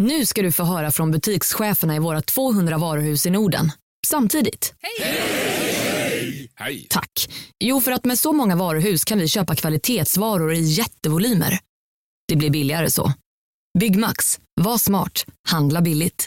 Nu ska du få höra från butikscheferna i våra 200 varuhus i Norden. Samtidigt. Hej! Hej! Tack. Jo, för att med så många varuhus kan vi köpa kvalitetsvaror i jättevolymer. Det blir billigare så. Byggmax. Var smart. Handla billigt.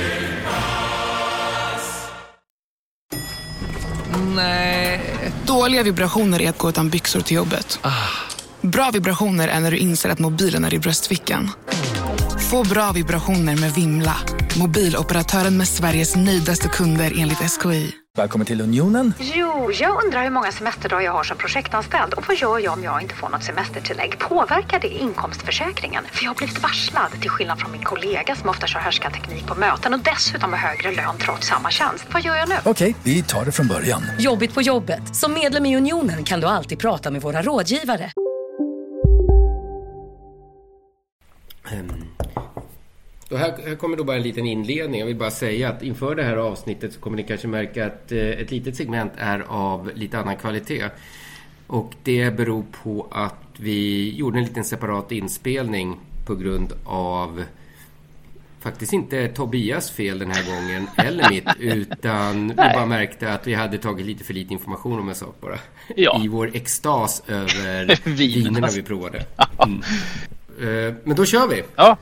Nej. Dåliga vibrationer är att gå utan byxor till jobbet. Bra vibrationer är när du inser att mobilen är i bröstfickan. Få bra vibrationer med Vimla. Mobiloperatören med Sveriges nöjdaste kunder enligt SKI. Välkommen till Unionen. Jo, jag undrar hur många semesterdagar jag har som projektanställd. Och vad gör jag om jag inte får något semestertillägg? Påverkar det inkomstförsäkringen? För jag har blivit varslad, till skillnad från min kollega som ofta kör härskarteknik på möten och dessutom har högre lön trots samma tjänst. Vad gör jag nu? Okej, vi tar det från början. Jobbigt på jobbet. Som medlem i Unionen kan du alltid prata med våra rådgivare. Och här kommer då bara en liten inledning. Jag vill bara säga att inför det här avsnittet så kommer ni kanske märka att ett litet segment är av lite annan kvalitet. Och det beror på att vi gjorde en liten separat inspelning på grund av faktiskt inte Tobias fel den här gången eller mitt, utan vi bara märkte att vi hade tagit lite för lite information om en sak bara. Ja. I vår extas över vinerna vi provade. Men då kör vi. Ja.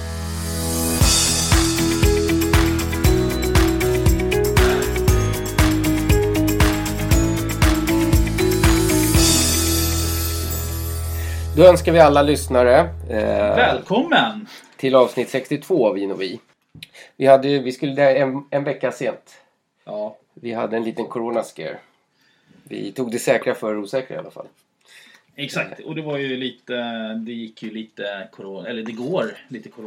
Då önskar vi alla lyssnare välkommen till avsnitt 62 av Vin och Vi. Vi skulle där en vecka sent. Ja. Vi hade en liten corona-scare. Vi tog det säkra för osäkra i alla fall. Exakt, och det var ju lite, det gick ju lite corona, eller det går lite corona.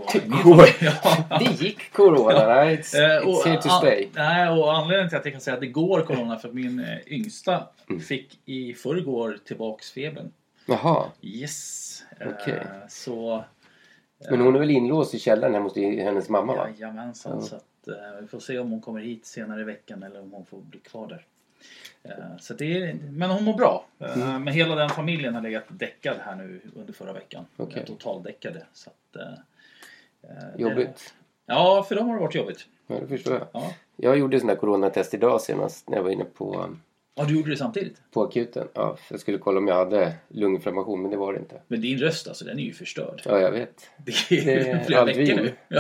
Det gick corona, right? It's here to stay. Nej, och anledningen till att jag kan säga att det går corona för att min yngsta fick i förrgår tillbaks febern. Jaha. Yes. Okay. Så... Men hon är väl inlåst i källaren här mot hennes mamma, va? Jajamensan, så att vi får se om hon kommer hit senare i veckan eller om hon får bli kvar där. Så men hon mår bra. Men hela den familjen har legat däckad här nu under förra veckan. Okay. Totaldäckade. Så att, jobbigt. Ja, för dem har det varit jobbigt. Ja, det förstår jag. Ja. Jag gjorde sån här coronatest idag senast när jag var inne på... Ja, du gjorde det samtidigt? På akuten, ja. Jag skulle kolla om jag hade lunginflammation, men det var det inte. Men din röst, alltså, den är ju förstörd. Ja, jag vet. Det är flera veckor nu. Ja.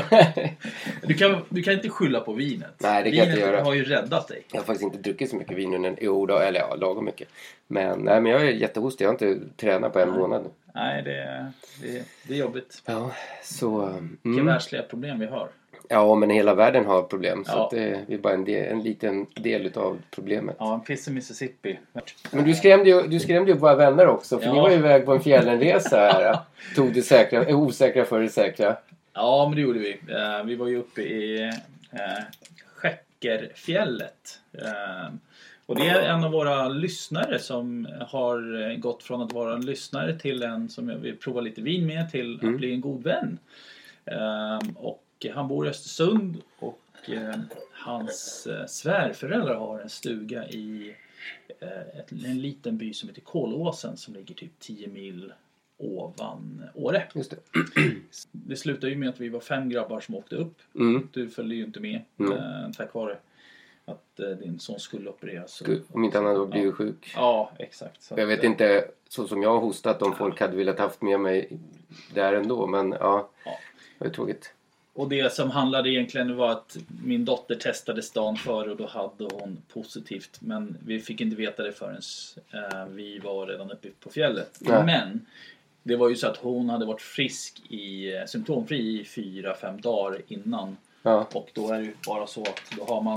Du kan inte skylla på vinet. Nej, det kan jag inte göra. Vinet har ju räddat dig. Jag har faktiskt inte druckit så mycket vin nu. Eller lagom mycket. Men jag är jättehostig. Jag har inte tränat på en månad nu. Nej, det är jobbigt. Ja, så... Vilka världsliga problem vi har. Ja, men hela världen har problem. Ja. Så att det är bara en liten del av problemet. Ja, en piss i Mississippi. Men du skrämde ju våra vänner också. För ni var ju iväg på en fjällenresa här. Tog det osäkra för det säkra. Ja, men det gjorde vi. Vi var ju uppe i Skäckerfjället. Och det är en av våra lyssnare som har gått från att vara en lyssnare till en som jag vill prova lite vin med till att bli en god vän. Och han bor i Östersund och hans svärföräldrar har en stuga i en liten by som heter Kolåsen som ligger typ 10 mil ovan Åre. Just det. Det slutade ju med att vi var 5 grabbar som åkte upp. Du följde ju inte med tack vare att din son skulle opereras. Om inte han hade blivit sjuk. Ja, exakt. Så jag vet inte, så som jag har hostat, om folk hade velat haft med mig där ändå. Men ja. Det var tråkigt. Och det som handlade egentligen var att min dotter testade dagen före och då hade hon positivt. Men vi fick inte veta det förrän vi var redan uppe på fjället. Nej. Men det var ju så att hon hade varit symptomfri i 4-5 dagar innan. Ja. Och då är det ju bara så att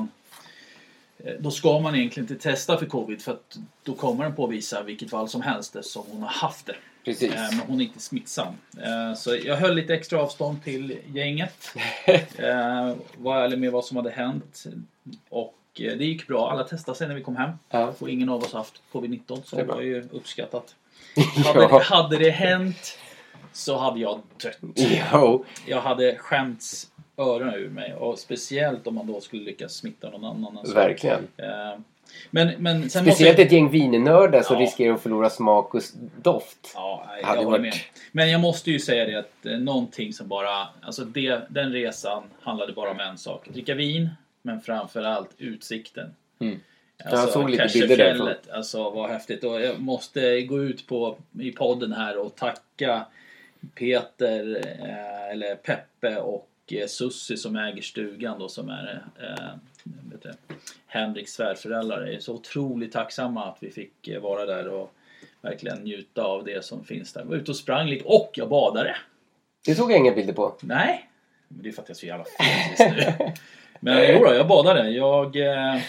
då ska man egentligen inte testa för covid för att då kommer den påvisa vilket fall som helst som hon har haft det. Precis. Men hon är inte smittsam. Så jag höll lite extra avstånd till gänget. Var ärlig med vad som hade hänt. Och det gick bra. Alla testade sig när vi kom hem. Ja. Och ingen av oss haft covid-19. Så det var ju uppskattat. Hade det hänt så hade jag dött. Jo. Jag hade skämts öronen ur mig. Och speciellt om man då skulle lyckas smitta någon annan. Verkligen. Men sen speciellt ett gäng vinnördar som riskerar att förlora smak och doft. Ja, jag håller med. Men jag måste ju säga det att någonting som bara... Alltså den resan handlade bara om en sak. Dricka vin, men framförallt utsikten. Alltså, jag såg lite bilder därifrån. Alltså vad häftigt. Och jag måste gå ut i podden här och tacka Peter eller Peppe och Sussi som äger stugan då, som är Henriks svärföräldrar. Jag är så otroligt tacksamma att vi fick vara där och verkligen njuta av det som finns där. Jag var ute och sprang lite och jag badade. Det såg jag inga bilder på. Nej, men det är för att jag är så jävla fet just nu. Men jo då, jag badade.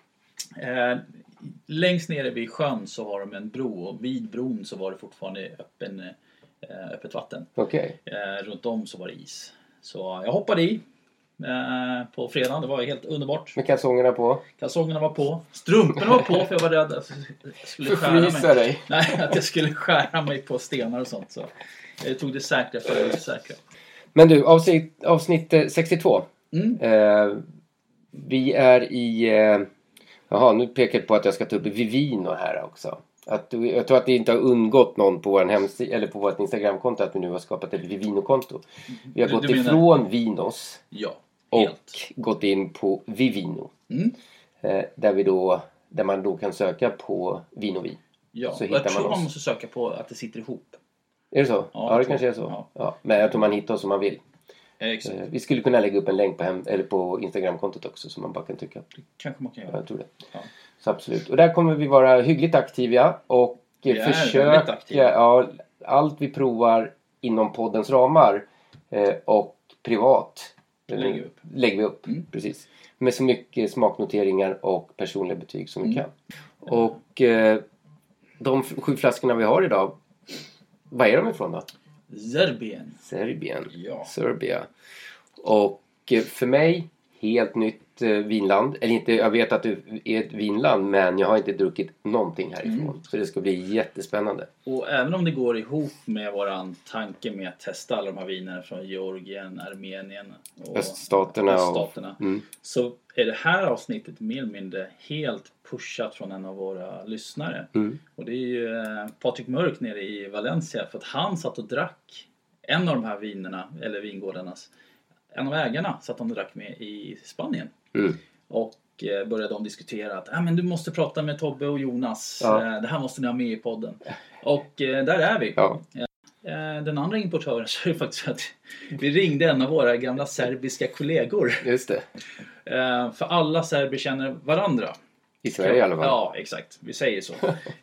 Längst nere vid sjön så har de en bro och vid bron så var det fortfarande öppet vatten. Okej. Runt om så var det is. Så jag hoppade i på fredagen. Det var helt underbart. Med kalsongerna på? Kalsongerna var på. Strumporna var på för jag var rädd att jag skulle skära mig. Nej, att jag skulle skära mig på stenar och sånt. Så jag tog det säkra för det säkra. Men du, avsnitt 62. Vi är i... nu pekar jag på att jag ska ta upp Vivino här också. Jag tror att det inte har undgått någon på vår hemsida eller på vårt Instagramkonto att vi nu har skapat ett Vivino-konto. Vi har gått ifrån Vinos och gått in på Vivino. Där man då kan söka på vin och vin. Ja, så jag tror man måste söka på att det sitter ihop. Är det så? Ja, det kanske är så. Ja, men jag tror man hittar oss som man vill. Exakt. Vi skulle kunna lägga upp en länk på Instagramkontot också som man bara kan tycka. Kanske man kan göra. Jag tror det. Ja. Så absolut. Och där kommer vi vara hyggligt aktiva och försöka allt vi provar inom poddens ramar och privat lägger vi upp. Precis. Med så mycket smaknoteringar och personliga betyg som vi kan. Och de 7 flaskorna vi har idag, vad är de ifrån då? Serbien. Ja. Serbia. Och för mig helt nytt vinland. Eller inte, jag vet att det är ett vinland, men jag har inte druckit någonting härifrån. Så det ska bli jättespännande. Och även om det går ihop med våran tanke med att testa alla de här vinerna från Georgien, Armenien och öststaterna. Så är det här avsnittet mer eller mindre helt pushat från en av våra lyssnare. Och det är ju Patrik Mörk nere i Valencia, för att han satt och drack en av de här vinerna, eller vingårdarnas, en av ägarna satt han och drack med i Spanien. Och började de diskutera att men du måste prata med Tobbe och Jonas. Det här måste ni ha med i podden. Och där är vi. Den andra importören så är det faktiskt att vi ringde en av våra gamla serbiska kollegor. Just det. För alla serber känner varandra. I Sverige i alla fall. Ja, exakt. Vi säger så.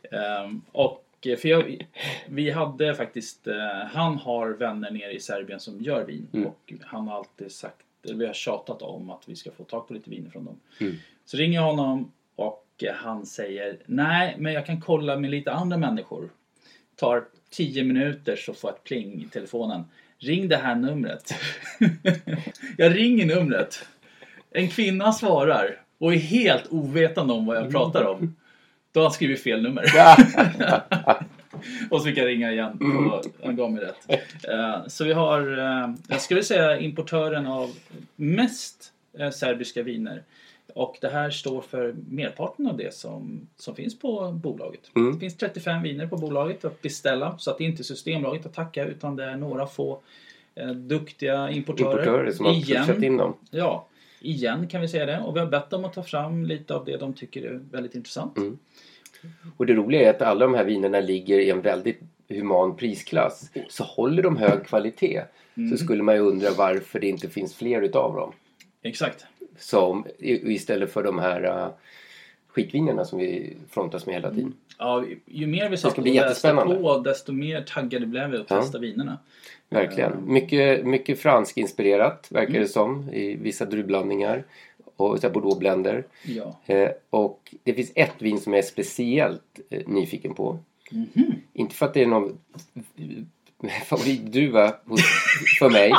Vi hade faktiskt, han har vänner nere i Serbien som gör vin. Och han har alltid sagt, vi har tjatat om att vi ska få tag på lite vin från dem. Så ringer jag honom och han säger, nej men jag kan kolla med lite andra människor. Tar 10 minuter så får jag ett pling i telefonen. Ring det här numret. Jag ringer numret. En kvinna svarar och är helt ovetande om vad jag pratar om. Då har han skrivit fel nummer. Och så fick jag ringa igen och han gav mig rätt. Så vi har, jag skulle säga importören av mest serbiska viner. Och det här står för merparten av det som finns på bolaget. Det finns 35 viner på bolaget att beställa. Så att det är inte Systembolaget att tacka, utan det är några få duktiga importörer som har köpt in dem. Ja, igen kan vi säga det. Och vi har bett dem att ta fram lite av det de tycker är väldigt intressant. Och det roliga är att alla de här vinerna ligger i en väldigt human prisklass. Så håller de hög kvalitet. Så skulle man ju undra varför det inte finns fler utav dem. Exakt. Som istället för de här skitvinerna som vi frontas med hela tiden. Ja, ju mer vi satt och läste på, desto mer taggade blev vi att testa vinerna. Verkligen. Mycket fransk inspirerat verkar det som i vissa druvblandningar och Bordeaux-bländer. Ja. Och det finns ett vin som jag är speciellt nyfiken på. Inte för att det är någon favoritdruva för mig.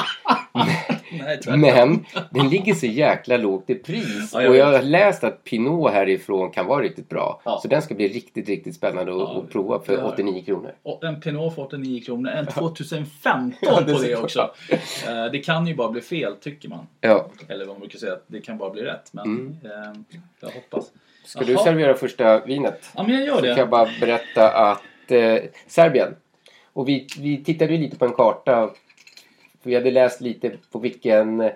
Men den ligger så jäkla lågt i pris. Och jag har läst att Pinot härifrån kan vara riktigt bra. Så den ska bli riktigt, riktigt spännande att prova för 89 kronor. Och en Pinot för 89 kronor. En 2015 på det också. Det kan ju bara bli fel, tycker man. Eller vad man brukar säga, att det kan bara bli rätt. Men jag hoppas. Ska du servera första vinet? Ja, men jag gör det. Så kan jag bara berätta att Serbien. Och vi tittade ju lite på en karta. Vi hade läst lite på vilken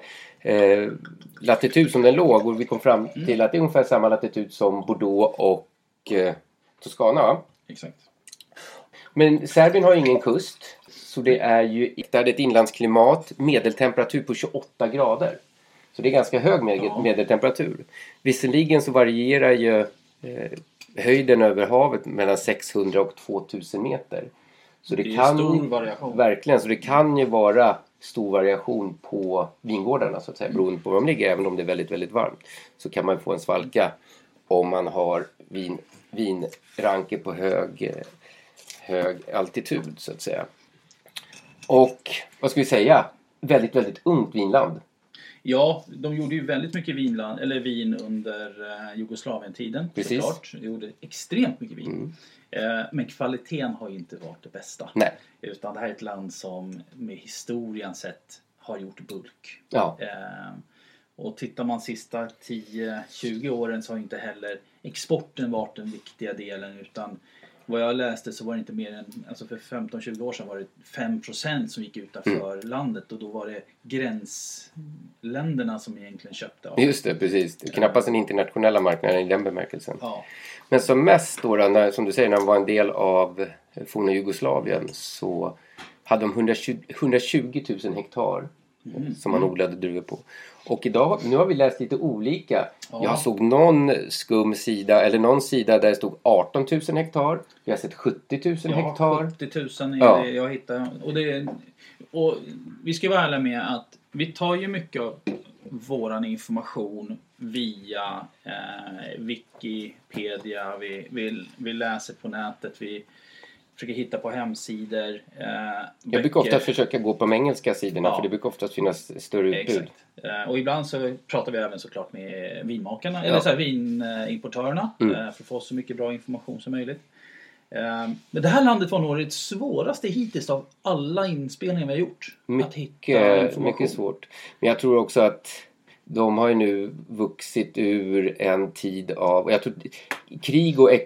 latitud som den låg. Och vi kom fram till att det är ungefär samma latitud som Bordeaux och Toscana. Exakt. Men Serbien har ingen kust. Så det är ju ett inlandsklimat. Medeltemperatur på 28 grader. Så det är ganska hög medeltemperatur. Visserligen så varierar ju höjden över havet mellan 600 och 2000 meter. Så det kan stor variation. Verkligen, så det kan ju vara stor variation på vingårdarna så att säga. Beroende på var de ligger, även om det är väldigt, väldigt varmt. Så kan man få en svalka om man har vinranker på hög altitud så att säga. Och vad ska vi säga? Väldigt, väldigt ungt vinland. Ja, de gjorde ju väldigt mycket vin under Jugoslavien-tiden. Precis. Såklart. De gjorde extremt mycket vin. Men kvaliteten har ju inte varit det bästa. Nej. Utan det här är ett land som med historien sett har gjort bulk. Ja. Och tittar man sista 10-20 åren så har inte heller exporten varit den viktiga delen, utan vad jag läste så var det inte mer än, alltså för 15-20 år sedan var det 5% som gick utanför landet, och då var det gränsländerna som egentligen köpte av. Just det, precis. Det är knappast den internationella marknaden i den bemärkelsen. Ja. Men som mest då, när, som du säger, när de var en del av forna Jugoslavien, så hade de 120 000 hektar som man odlade druvor på. Och idag, nu har vi läst lite olika. Ja. Jag såg någon skum sida, eller någon sida där det stod 18 000 hektar. Vi har sett 70 000 hektar. 70 000 är det jag hittade. Och vi ska vara ärliga med att vi tar ju mycket av våran information via Wikipedia. Vi läser på nätet. Vi försöker hitta på hemsidor. Jag brukar ofta försöka gå på de engelska sidorna, för det brukar oftast finnas större utbud. Exakt. Och ibland så pratar vi även såklart med vinmakarna, eller så här, vinimportörerna, för att få så mycket bra information som möjligt. Men det här landet var nog det svåraste hittills av alla inspelningar vi har gjort. Mycket svårt. Men jag tror också att de har ju nu vuxit ur en tid av, jag tror, krig och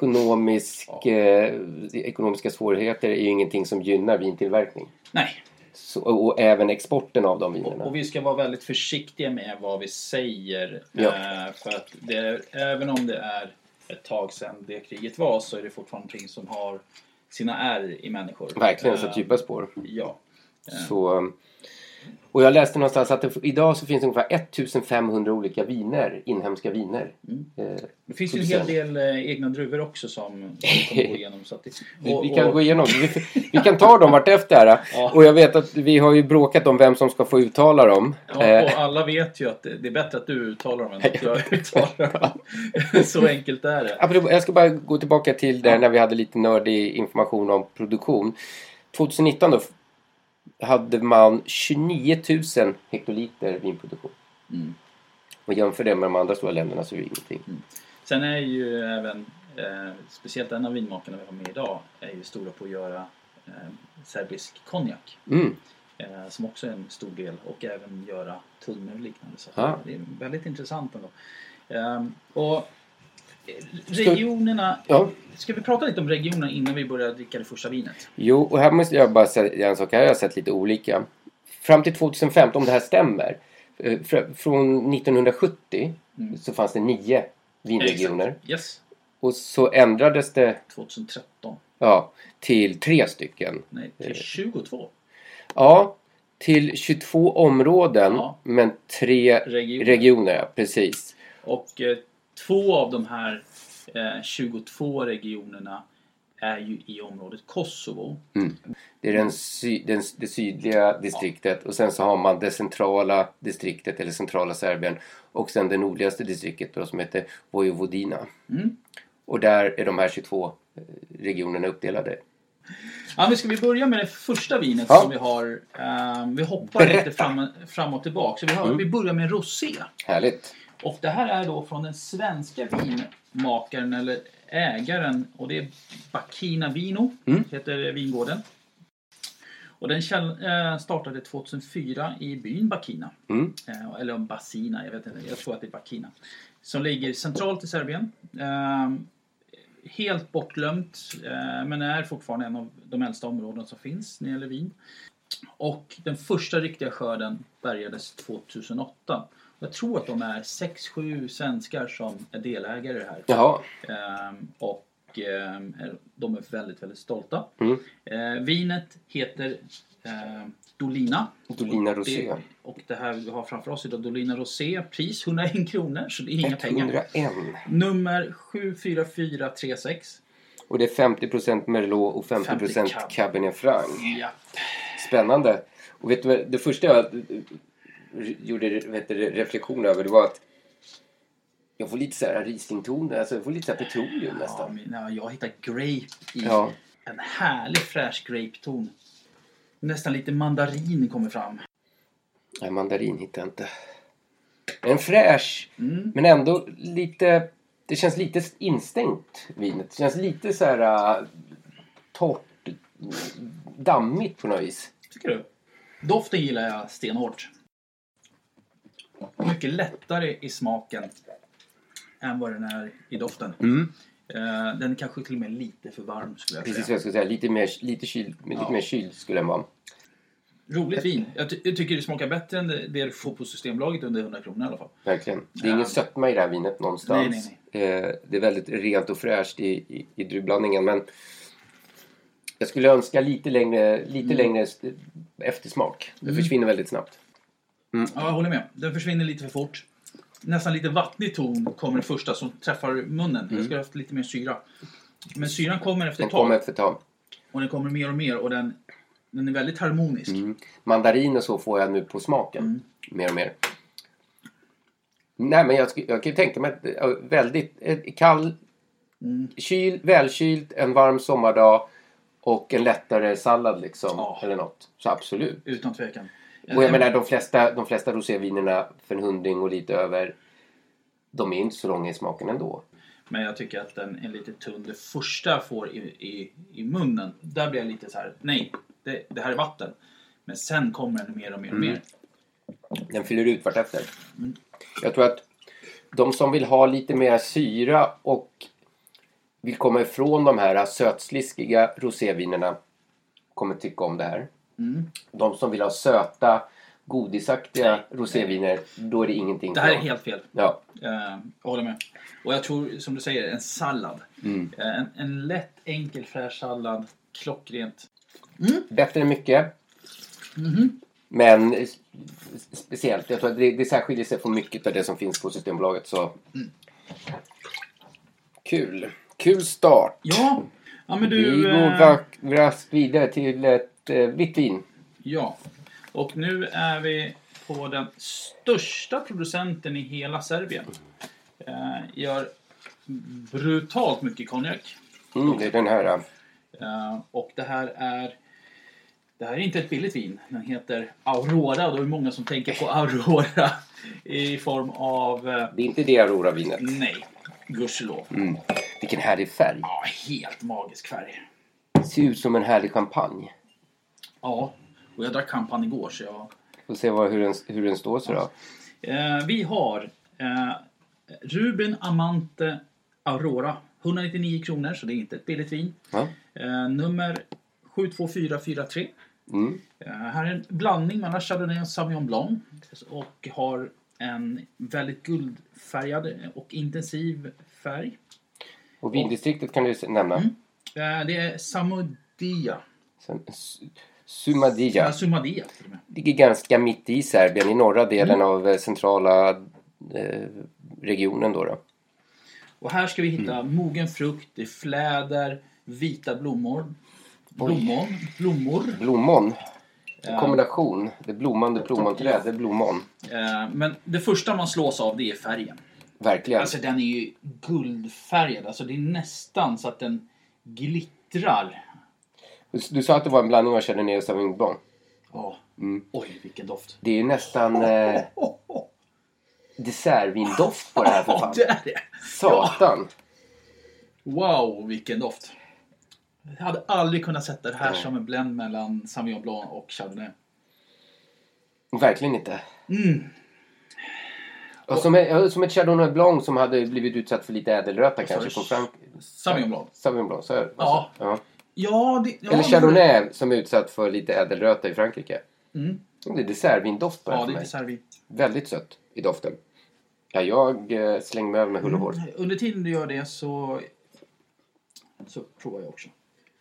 ekonomiska svårigheter är ju ingenting som gynnar vintillverkning. Nej. Och även exporten av de vinerna. Och vi ska vara väldigt försiktiga med vad vi säger. För att även om det är ett tag sedan det kriget var, så är det fortfarande någonting som har sina ärr i människor. Verkligen, så djupa spår. Ja. Och jag läste någonstans att idag så finns det ungefär 1500 olika viner, inhemska viner. Det finns ju en hel del egna druvor också som kommer gå igenom. Så att vi kan gå igenom. Vi kan ta dem vartefter här. Och jag vet att vi har ju bråkat om vem som ska få uttala dem. Ja, och alla vet ju att det är bättre att du uttalar dem än att jag uttalar dem. Så enkelt är det. Jag ska bara gå tillbaka till där när vi hade lite nördig information om produktion. 2019 då hade man 29 000 hektoliter vinproduktion. Och jämför det med de andra stora länderna så är det ingenting. Sen är ju även, speciellt en av vinmakarna vi har med idag, är ju stora på att göra serbisk konjak. Som också är en stor del, och även göra tunnor och liknande. Så det är väldigt intressant ändå. Och regionerna, ska vi prata lite om regionerna innan vi börjar dricka det första vinet? Jo, och här måste jag bara säga en sak. Här har jag sett lite olika. Fram till 2015, om det här stämmer, från 1970 så fanns det 9 vinregioner. Yes. Och så ändrades det 2013. Ja, till 3 stycken. Nej, till 22. Ja, till 22 områden, men 3 regioner, precis. Och 2 av de här 22 regionerna är ju i området Kosovo. Det är det sydliga distriktet, och sen så har man det centrala distriktet, eller centrala Serbien, och sen det nordligaste distriktet då, som heter Vojvodina. Och där är de här 22 regionerna uppdelade. Ja, men ska vi börja med det första vinet som vi har. Vi hoppar lite fram och tillbaka. Så vi börjar med rosé. Härligt. Och det här är då från den svenska vinmakaren eller ägaren, och det är Bacchina Vino, heter vingården. Och den startade 2004 i byn Bakina. Eller Basina, jag vet inte. Jag tror att det är Bakina. Som ligger centralt i Serbien. Helt bortglömt. Men är fortfarande en av de äldsta områden som finns när det gäller vin. Och den första riktiga skörden bärgades 2008. Jag tror att de är 6-7 svenskar som är delägare i det här. Jaha. Och de är väldigt, väldigt stolta. Vinet heter Dolina. Dolina Rosé. Och det här vi har framför oss idag, Dolina Rosé. Pris 101 kronor, så det är inga 101. pengar. Nummer 74436. Och det är 50% Merlot och 50% Cabernet Franc. Ja. Spännande. Och vet du, det första jag gjorde reflektion över, det var att jag får lite så här Riesling-ton, alltså jag får lite så här petroleum nästan. Ja, jag hittar grape i en härlig fräsch grape-ton. Nästan lite mandarin kommer fram. Nej, mandarin hittar jag inte. En fräsch, men ändå lite, det känns lite instängt vinet. Det känns lite så här torrt, dammigt på något vis. Tycker du? Doften gillar jag stenhårt. Mycket lättare i smaken än vad den är i doften. Den är kanske till och med lite för varm, skulle jag säga. Precis vad jag skulle säga. Lite mer kyld skulle den vara. Roligt vin. Jag tycker det smakar bättre än det du får på Systembolaget under 100 kronor i alla fall. Verkligen. Det är ingen sötma i det här vinet någonstans. Nej. Det är väldigt rent och fräscht i druvblandningen. Men jag skulle önska lite längre eftersmak. Det försvinner väldigt snabbt. Ja, jag håller med. Den försvinner lite för fort. Nästan lite vattnig ton kommer det första som träffar munnen. Jag skulle ha haft lite mer syra. Men syran kommer efter ett tag. Och den kommer mer och mer. Och den är väldigt harmonisk. Mandarin och så får jag nu på smaken. Mer och mer. Nej, men jag kan ju tänka mig väldigt kall, välkyld, en varm sommardag och en lättare sallad liksom. Eller något. Så absolut. Utan tvekan. Och jag menar, de flesta rosévinerna för en 100 och lite över, de är inte så långa i smaken ändå. Men jag tycker att den är lite tunn. Det första får i munnen, där blir jag lite så här: nej, det här är vatten. Men sen kommer den mer och mer och mer. Den fyller ut vartefter. Jag tror att de som vill ha lite mer syra och vill komma ifrån de här sötsliskiga rosévinerna kommer tycka om det här. De som vill ha söta, godisaktiga roséviner, då är det ingenting. Det här är helt fel. Ja. Jag håller med. Och jag tror, som du säger, en sallad. En lätt, enkel, fräsch sallad. Klockrent. Bättre än mycket. Men speciellt, jag tror att det särskiljer sig från mycket av det som finns på Systembolaget. Så. Kul start. Ja, men du... Vi går raskt vidare till ett vitt vin. Ja, och nu är vi på den största producenten i hela Serbien. Gör brutalt mycket konjak. Det är den här. Och det här är inte ett billigt vin. Den heter Aurora, och då är det många som tänker på Aurora i form av... Det är inte det Aurora-vinet. Nej, gudskelov. Vilken härlig färg. Ja, helt magisk färg. Det ser ut som en härlig champagne. Ja, och jag drack champagne igår, så jag... Får se hur den står så då. Vi har Ruben Amante Aurora. 199 kronor, så det är inte ett billigt vin. Nummer 72443. Här är en blandning mellan Chardonnay och Sauvignon Blanc. Och har en väldigt guldfärgad och intensiv färg. Och vindistriktet kan du nämna. Det är Samodia. Sumadija. Sumadija. Ligger ganska mitt i Serbien, i norra delen av centrala regionen då. Och här ska vi hitta mogen frukt, det är fläder, vita blommor. Blommon. Kombination. Det blommande plommonträd, det är blommon. Men det första man slås av, det är färgen. Verkligen. Alltså den är ju guldfärgad. Alltså det är nästan så att den glittrar. Du sa att det var en blandning av Chardonnay och Sauvignon Blanc. Ja. Oj, vilken doft. Det är nästan dessertvindoft på det här för fan. Det är det. Satan. Wow, vilken doft. Jag hade aldrig kunnat sätta det här som en blend mellan Sauvignon Blanc och Chardonnay. Verkligen inte. Och som ett Chardonnay Blanc som hade blivit utsatt för lite ädelröta kanske från Sauvignon Blanc. Sauvignon Blanc, så ja. Eller Chardonnay som är utsatt för lite ädelröta i Frankrike. Det är dessertvin-doft på det är dessertvin. Väldigt sött i doften. Ja, jag slänger mig över med hull och hår. Under tiden du gör det så provar jag också.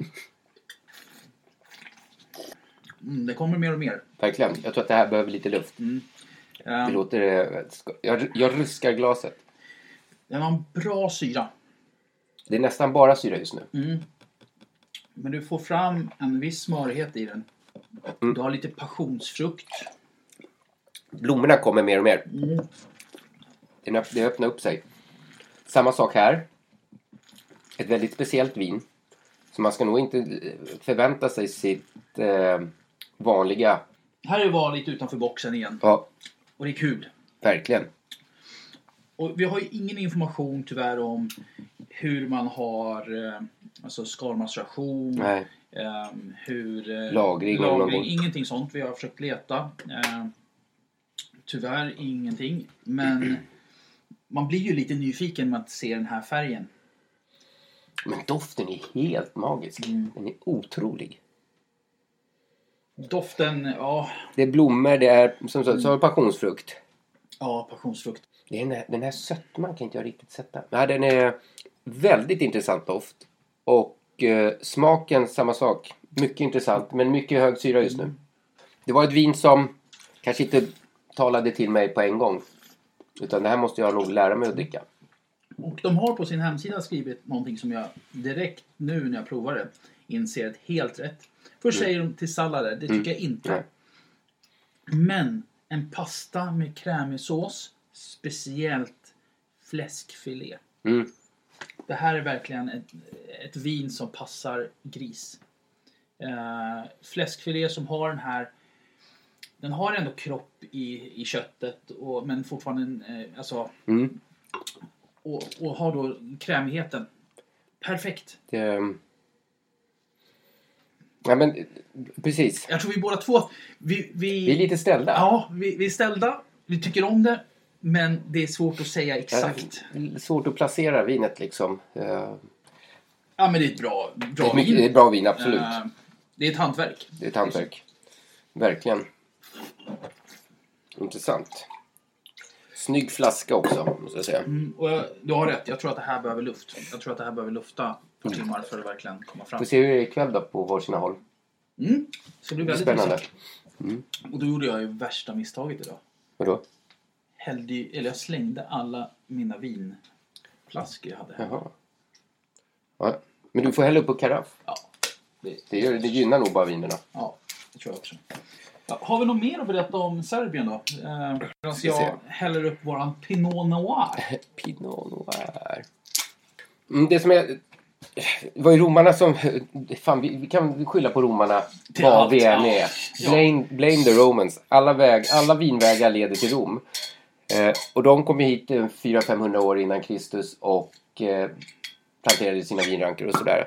Det kommer mer och mer. Verkligen. Jag tror att det här behöver lite luft. Det låter... Jag ruskar glaset. Den har en bra syra. Det är nästan bara syra just nu. Men du får fram en viss smörighet i den. Du har lite passionsfrukt. Blommorna kommer mer och mer. Det öppnar upp sig. Samma sak här. Ett väldigt speciellt vin. Så man ska nog inte förvänta sig sitt vanliga... Här är det lite utanför boxen igen. Ja. Och det är kul. Verkligen. Och vi har ju ingen information tyvärr om hur man har skalmaceration. Nej. Lagring. Ingenting sånt. Vi har försökt leta. Tyvärr ingenting. Men man blir ju lite nyfiken med att se den här färgen. Men doften är helt magisk. Den är otrolig. Doften, ja. Det är blommor, det är som sagt, så passionsfrukt. Ja, passionsfrukt. Den här sötman kan inte jag riktigt sätta. Nej, den är väldigt intressant doft. Och smaken, samma sak. Mycket intressant, men mycket hög syra just nu. Det var ett vin som kanske inte talade till mig på en gång. Utan det här måste jag nog lära mig att dricka. Och de har på sin hemsida skrivit någonting som jag direkt nu när jag provar det inser ett helt rätt. Först säger de till sallader, det tycker jag inte. Nej. Men en pasta med krämig sås, speciellt fläskfilé. Det här är verkligen ett vin som passar gris. Fläskfilé som har den har ändå kropp i köttet men fortfarande och har då krämigheten. Perfekt. Ja, men precis. Jag tror vi båda två vi är lite ställda. Ja, vi är ställda. Vi tycker om det, men det är svårt att säga exakt. Svårt att placera vinet liksom. Ja, men det är ett bra vin. Det är ett bra vin, absolut. Det är ett hantverk. Det är ett hantverk. Verkligen. Intressant. Snygg flaska också, måste jag säga. Och du har rätt. Jag tror att det här behöver luft. Jag tror att det här behöver lufta på timmar för att verkligen komma fram. Vi ser hur det är ikväll då på varsina håll. Så det blir väldigt spännande. Och då gjorde jag ju värsta misstaget idag. Vadå? Jag slängde alla mina vinflaskor jag hade hemma. Jaha. Ja. Men du får hälla upp på karaff. Ja. Det gynnar nog bara vinerna. Ja, det tror jag också. Ja, har vi något mer att berätta om Serbien då? Jag häller upp våran Pinot Noir. Pinot Noir. Det som är... Det var ju romarna som... Fan, vi kan skylla på romarna vad vi än är. Blame the Romans. Alla vinvägar leder till Rom. Och de kom hit 400-500 år innan Kristus och planterade sina vinranker och sådär.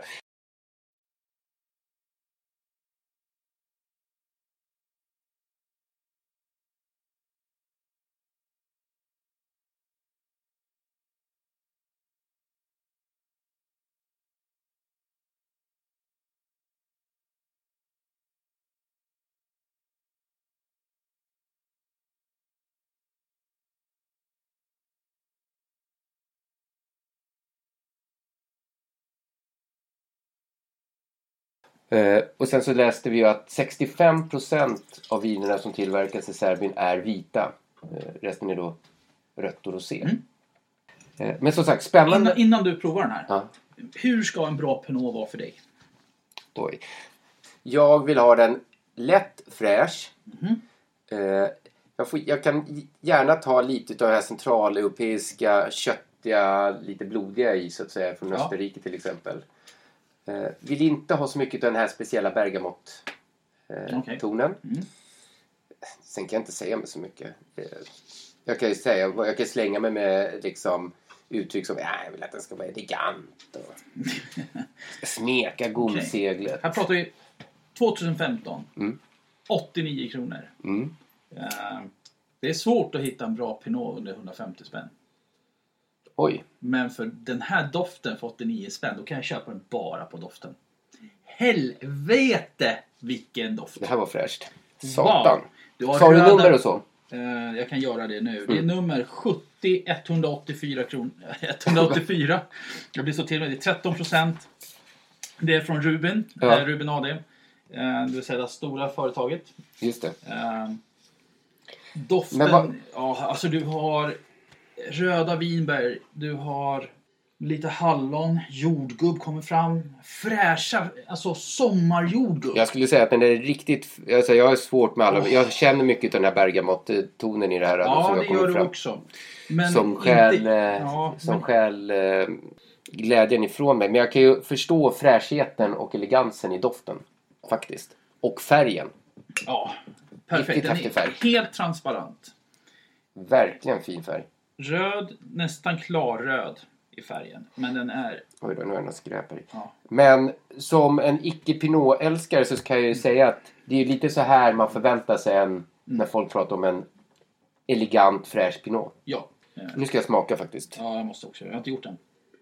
Och sen så läste vi ju att 65% av vinerna som tillverkas i Serbien är vita. Resten är då rött och rosé. Men som sagt, spännande. Innan du provar den här. Hur ska en bra Pinot vara för dig? Oj. Jag vill ha den lätt fräsch. Jag kan gärna ta lite av det här centraleuropeiska köttiga, lite blodiga i så att säga. Från Österrike till exempel. Vill inte ha så mycket av den här speciella bergamott-tonen. Sen kan jag inte säga mig så mycket. Jag kan slänga mig med liksom uttryck som jag vill att den ska vara elegant. Smeka gomseglet. Här pratar vi 2015. 89 kronor. Det är svårt att hitta en bra Pinot under 150 spänn. Oj. Men för den här doften för 89 spänn, då kan jag köpa den bara på doften. Helvete vilken doft. Det här var fräscht. Satan. Wow. Sa du nummer och så? Jag kan göra det nu. Det är nummer 70-184 kronor. 184. Jag blir så till med det. 13%. Det är från Ruben. Ruben AD. Det vill säga det stora företaget. Just det. Doften. Ja, alltså du har röda vinbär. Du har lite hallon. Jordgubb kommer fram. Fräscha, alltså sommarjordgubb. Jag skulle säga att den är riktigt... Alltså jag har svårt med alla... Jag känner mycket av den här bergamott-tonen i det här. Ja, som det gör du också. Men som skäl glädjen ifrån mig. Men jag kan ju förstå fräschheten och elegansen i doften. Faktiskt. Och färgen. Ja, perfekt. Den är färg. Helt transparent. Verkligen fin färg. Röd, nästan klarröd i färgen. Men den är... Oj då, nu är den skräpare. Ja. Men som en icke-pinot-älskare så kan jag ju säga att det är lite så här man förväntar sig när folk pratar om en elegant, fräsch pinot. Ja. Nu ska jag smaka faktiskt. Ja, jag måste också. Jag har inte gjort den.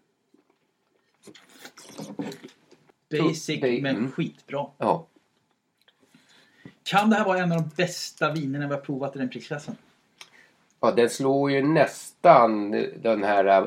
Basic, men skitbra. Ja. Kan det här vara en av de bästa vinerna vi har provat i den prisklassen? Ja, den slår ju nästan den här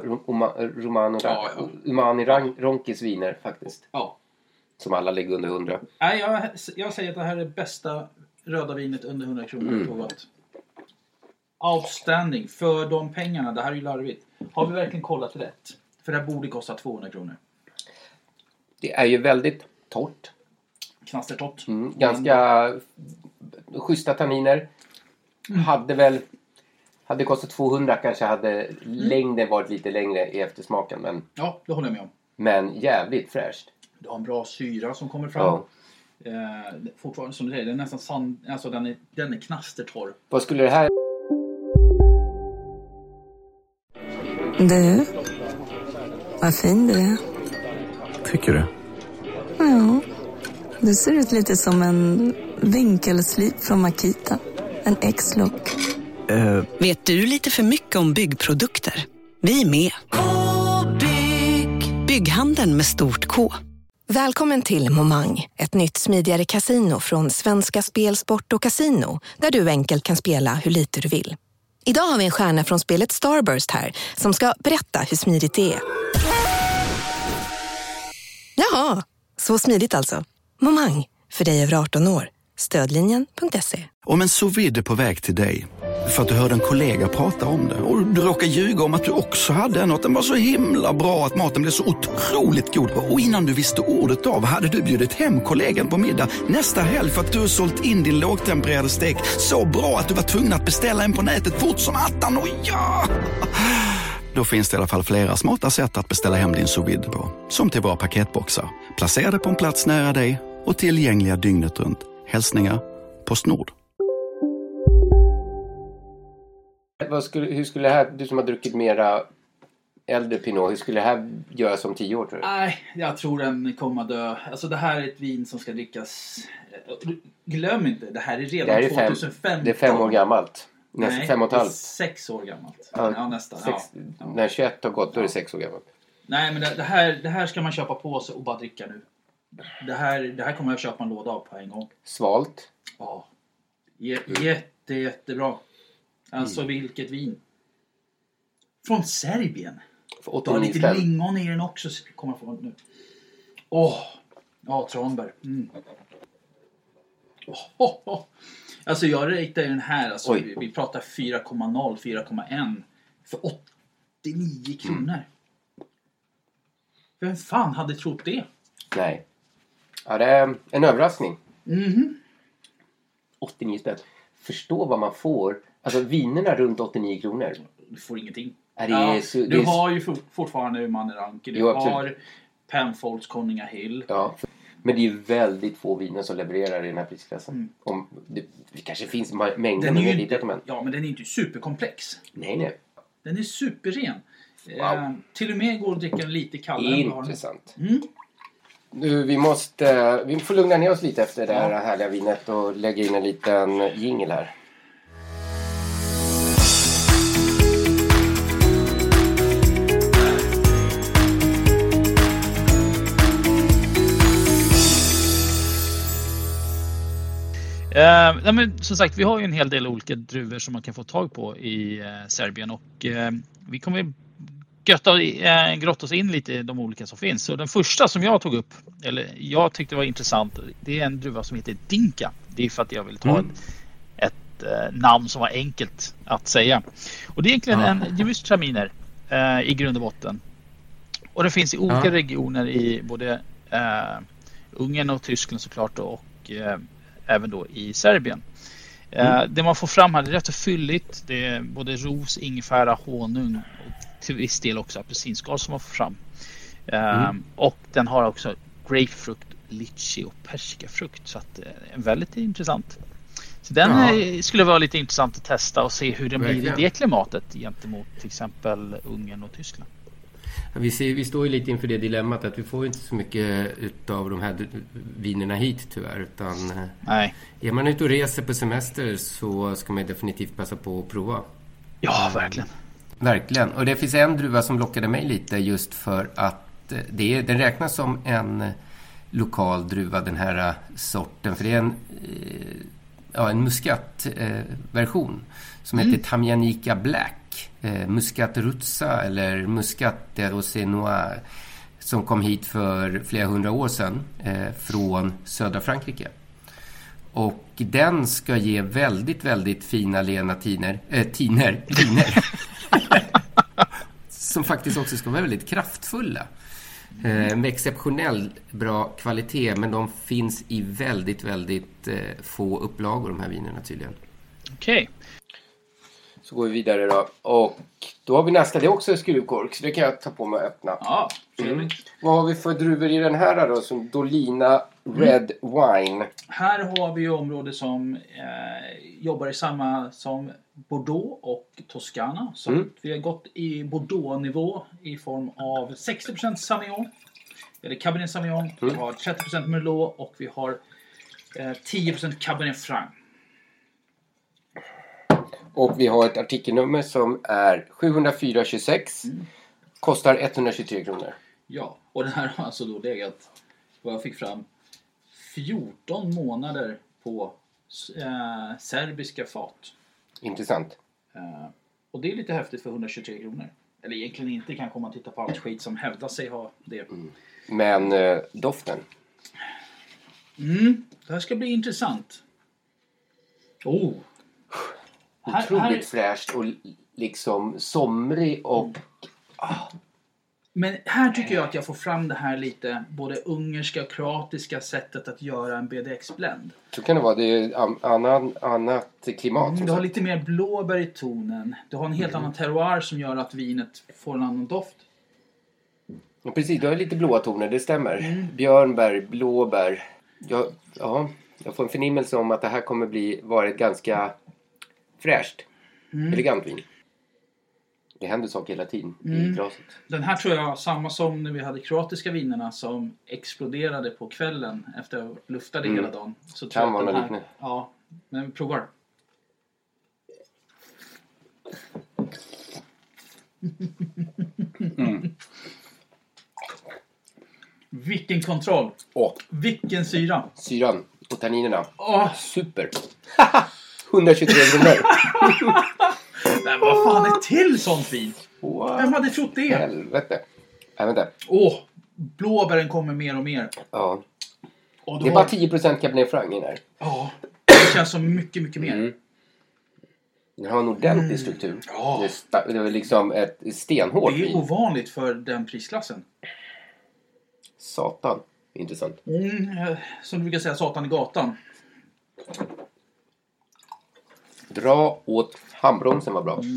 Umani Ronkis viner faktiskt. Ja. Som alla ligger under 100. Nej, jag säger att det här är bästa röda vinet under 100 kronor jag provat. Outstanding för de pengarna. Det här är ju larvigt. Har vi verkligen kollat rätt? För det här borde kosta 200 kronor. Det är ju väldigt torrt. Knastertorrt. Ganska schyssta tanniner. Hade kostat 200 kanske hade längden varit lite längre i eftersmaken. Men, ja, det håller jag med om. Men jävligt fräscht. Du har en bra syra som kommer fram. Ja. Fortfarande som du säger, den är nästan alltså den är knastertorr. Vad skulle det här... Du, vad fin du är. Tycker du? Ja, du ser ut lite som en vinkelslip från Makita. En X-look. Vet du lite för mycket om byggprodukter? Vi är med. Bygghandeln med stort K. Välkommen till Momang, ett nytt smidigare casino från Svenska Spel, Sport och Casino, där du enkelt kan spela hur lite du vill. Idag har vi en stjärna från spelet Starburst här som ska berätta hur smidigt det är. Jaha, så smidigt alltså. Momang, för dig över 18 år. Stödlinjen.se. Om en sous vide är på väg till dig för att du hörde en kollega prata om det och du råkar ljuga om att du också hade en och att den var så himla bra att maten blev så otroligt god. Och innan du visste ordet av hade du bjudit hem kollegan på middag nästa helg för att du har sålt in din lågtempererade stek så bra att du var tvungen att beställa en på nätet fort som attan. Och ja! Då finns det i alla fall flera smarta sätt att beställa hem din sous vide på. Som till våra paketboxar. Placerade på en plats nära dig och tillgängliga dygnet runt. Hälsningar PostNord. Hur skulle det här, du som har druckit mera äldre Pinot, hur skulle det här göra som 10 år tror du? Nej, jag tror den kommer att dö. Alltså det här är ett vin som ska drickas. Glöm inte, det här är redan 2015. Det är 5 år gammalt. Nej, 5 och ett halvt. 6 år gammalt. Ja, nästan. Ja. När 21 har gått då är det 6 år gammalt. Nej, men det här ska man köpa på sig och bara dricka nu. Det här kommer jag köpa en låda av på en gång. Svalt. Ja. Jättebra. Alltså vilket vin. Från Serbien. Du har lite lingon i den också. Kommer jag få nu. Ja, tranbär. Alltså jag räknar den här. Alltså, vi pratar 4,0, 4,1. För 89 kronor. Vem fan hade trott det? Nej. Ja, det är en överraskning. 89 spänn. Förstå vad man får. Alltså vinerna runt 89 kronor. Du får ingenting. Du har ju fortfarande Umani Ranki. Du har Penfolds Conninga Hill. Ja, men det är ju väldigt få viner som levererar i den här prisklassen. Det kanske finns mängder med lite. Ja, men den är inte superkomplex. Nej. Den är superren. Till och med går att dricka den lite kallare. Intressant. vi får lugna ner oss lite efter det här härliga vinet och lägga in en liten jingle här. Men som sagt, vi har ju en hel del olika druvor som man kan få tag på i Serbien och vi kommer grotta oss in lite i de olika som finns. Så den första som jag tog upp, eller jag tyckte var intressant, det är en druva som heter Dinka. Det är för att jag vill ta ett namn som var enkelt att säga. Och det är egentligen en Gewürztraminer i grund och botten. Och det finns i olika regioner i både Ungern och Tyskland såklart och även då i Serbien. Det man får fram här är rätt fylligt. Det är både ros, ingefära, honung och till viss del också apelsinskal som man får fram. Och den har också grapefrukt, litchi och persikafrukt. Så att är väldigt intressant. Så den skulle vara lite intressant att testa och se hur den blir i det klimatet gentemot till exempel Ungern och Tyskland. Vi står ju lite inför det dilemmat att vi får inte så mycket utav de här vinerna hit tyvärr, utan är man ute och reser på semester så ska man definitivt passa på att prova. Ja, verkligen. Verkligen. Och det finns en druva som lockade mig lite just för att den räknas som en lokal druva, den här sorten, för det är en muskatversion som heter Tamjanika Black. Muscat Ruzza eller Muscat de Rosé Noir som kom hit för flera hundra år sedan från södra Frankrike. Och den ska ge väldigt, väldigt fina lena tiner som faktiskt också ska vara väldigt kraftfulla. Med exceptionell bra kvalitet, men de finns i väldigt, väldigt få upplagor, de här vinerna tydligen. Okej. Så går vi vidare då. Och då har vi nästa, det är också skruvkork, så det kan jag ta på mig och öppna. Ja, Vad har vi för druvor i den här då, som Dolina Red Wine? Här har vi ju område som jobbar i samma som Bordeaux och Toscana. Så vi har gått i Bordeaux-nivå i form av 60% Sauvignon, eller Cabernet Sauvignon. Vi har 30% Merlot och vi har 10% Cabernet Franc. Och vi har ett artikelnummer som är 70426. Kostar 123 kronor. Ja, och den här har alltså då legat, vad jag fick fram, 14 månader på serbiska fat. Intressant. Och det är lite häftigt för 123 kronor. Eller egentligen inte, kanske om man tittar på allt skit som hävdar sig ha det. Men doften? Det här ska bli intressant. Otroligt fräscht och liksom somrig och... Men här tycker jag att jag får fram det här lite både ungerska och kroatiska sättet att göra en BDX-blend. Så kan det vara. Det är annat klimat. Du har lite mer blåbär i tonen. Du har en helt annan terroir som gör att vinet får en annan doft. Ja, precis, du har lite blåa toner, det stämmer. Björnbär, blåbär. Jag får en förnimmelse om att det här kommer vara ett ganska fräscht, elegant vin. Det händer saker hela tiden i glaset. Den här tror jag samma som när vi hade kroatiska vinerna som exploderade på kvällen efter att luftade hela dagen. Så kan vara något liknande. Ja, men vi provar. Vilken kontroll. Vilken syra. Syran och tanninerna. Super. 123 kronor. Men vad fan är till sånt vin? Vem hade trott det? Helvete. Vänta. Blåbären kommer mer och mer. Ja. Det är bara 10% Cabernet Franc i där. Ja. Det känns som mycket, mycket mer. Den har en ordentlig struktur. Det är liksom ett stenhårt vin. Det är ovanligt för den prisklassen. Satan. Intressant. Som du brukar säga, satan i gatan. Dra åt handbromsen var bra.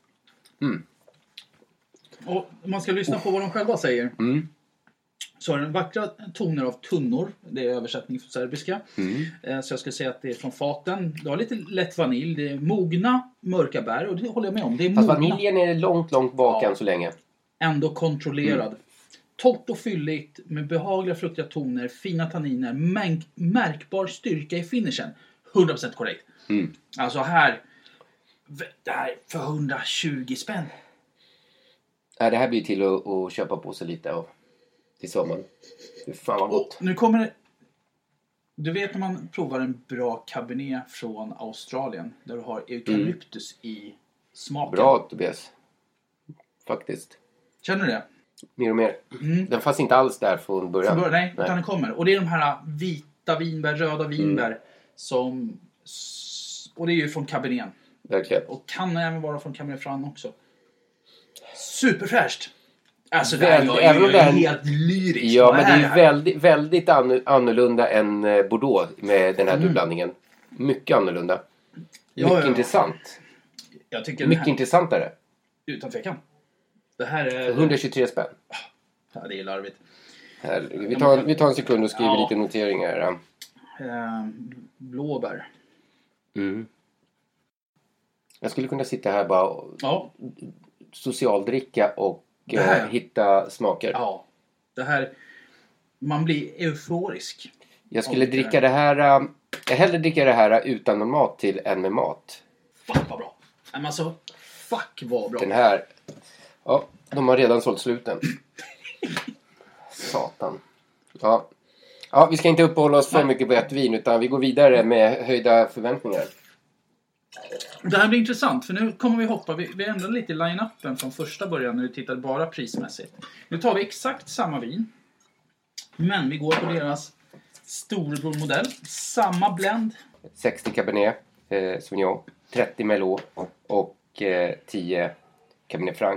Och man ska lyssna på vad de själva säger. Så är det vackra toner av tunnor. Det är översättning från serbiska. Så jag skulle säga att det är från faten. Det har lite lätt vanilj. Det är mogna mörka bär. Och det håller jag med om. Det är fast vaniljen är långt bak än så länge. Ändå kontrollerad. Torrt och fylligt med behagliga fruktiga toner, fina tanniner, märkbar styrka i finishen. 100% korrekt. Alltså här, det här för 120 spänn. Ja, det här blir till att köpa på sig lite av till sommaren. Fan vad gott. Nu kommer det... Du vet när man provar en bra cabernet från Australien där du har eukalyptus i smaken. Bra Tobias. Faktiskt. Känner du det? Mer och mer. Den fanns inte alls där från början. Nej, utan den kommer. Och det är de här vita vinbär, röda vinbär som... Och det är ju från cabernet. Verkligen. Och kan även vara från Cabernet Franc också. Superfräscht. Alltså det är helt lyriskt. Ja, men det är väldigt, väldigt annorlunda än Bordeaux med den här dubblandningen. Mycket annorlunda. Mycket intressant. Jag tycker mycket intressantare. Utan tvekan. Det här är... 123 spänn. Ja, det är larvigt. Vi tar en sekund och skriver lite noteringar. Blåbär. Jag skulle kunna sitta här bara socialdricka och hitta smaker. Ja, det här... Man blir euforisk. Jag skulle dricka det här... Jag hellre dricka det här utan någon mat till än med mat. Fuck vad bra. Men alltså, fuck vad bra. Den här... Ja, de har redan sålt sluten. Satan. Ja, vi ska inte uppehålla oss för mycket på ett vin utan vi går vidare med höjda förväntningar. Det här blir intressant för nu kommer vi hoppa. Vi ändrar lite line-upen från första början när vi tittar bara prismässigt. Nu tar vi exakt samma vin. Men vi går på deras storebror-modell. Samma blend. 60 Cabernet Sauvignon, 30 Merlot och 10 Cabernet Franc.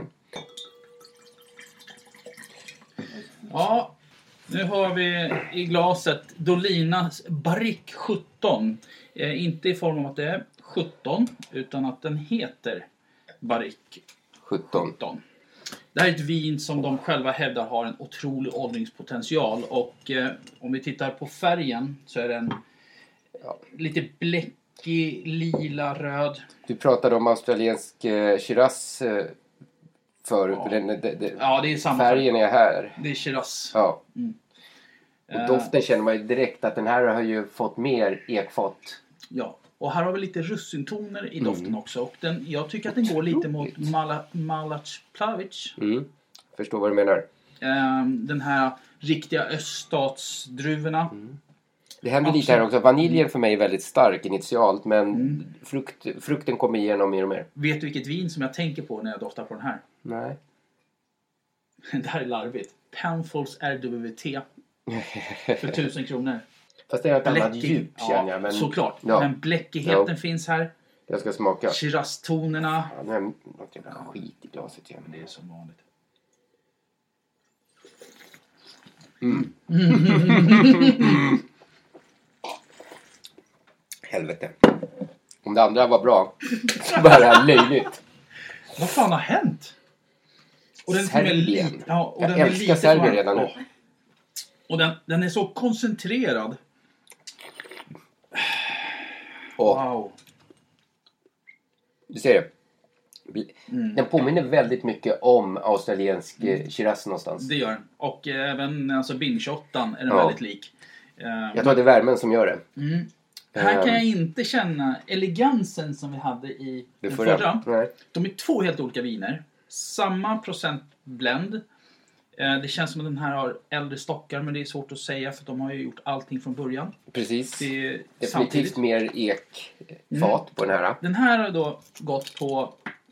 Ja, nu har vi i glaset Dolinas Barrique 17. Inte i form av att det är 17 utan att den heter Barrique 17. Det här är ett vin som de själva hävdar har en otrolig åldringspotential. Och om vi tittar på färgen så är den lite bläckig, lila, röd. Du pratade om australiensk Shiraz förut. Ja, det är samma färgen är här. Det är Shiraz. Ja. Och doften känner man ju direkt att den här har ju fått mer ekfat. Ja, och här har vi lite russintoner i doften också. Och jag tycker att den går lite mot Malac Plavic. Förstår vad du menar. Den här riktiga öststatsdruvorna. Det händer lite här också. Vaniljen för mig är väldigt stark initialt. Men frukten kommer igenom mer och mer. Vet du vilket vin som jag tänker på när jag doftar på den här? Nej. Det här är larvigt. Penfolds RWT. För 1000 kronor. Fast det är ett annat djup känner jag. Men, såklart. Ja. Men bläckigheten finns här. Jag ska smaka. Shiraz-tonerna. Ja, men något jävla skit i glaset igen. Men det är som vanligt. Helvete. Om det andra var bra så var det här löjligt. Vad fan har hänt? Och den Serbien. Och jag den älskar Serbien redan nu. Och den är så koncentrerad. Wow. Du ser det. Den påminner väldigt mycket om australiensk Shiraz någonstans. Det gör den. Och även alltså Binge-8 är den väldigt lik. Jag tror det är värmen som gör det. Här kan jag inte känna elegansen som vi hade i den förra. Nej. De är två helt olika viner. Samma procentblend. Det känns som att den här har äldre stockar, men det är svårt att säga för de har ju gjort allting från början. Precis. Det är definitivt mer ekfat på den här. Den här har då gått på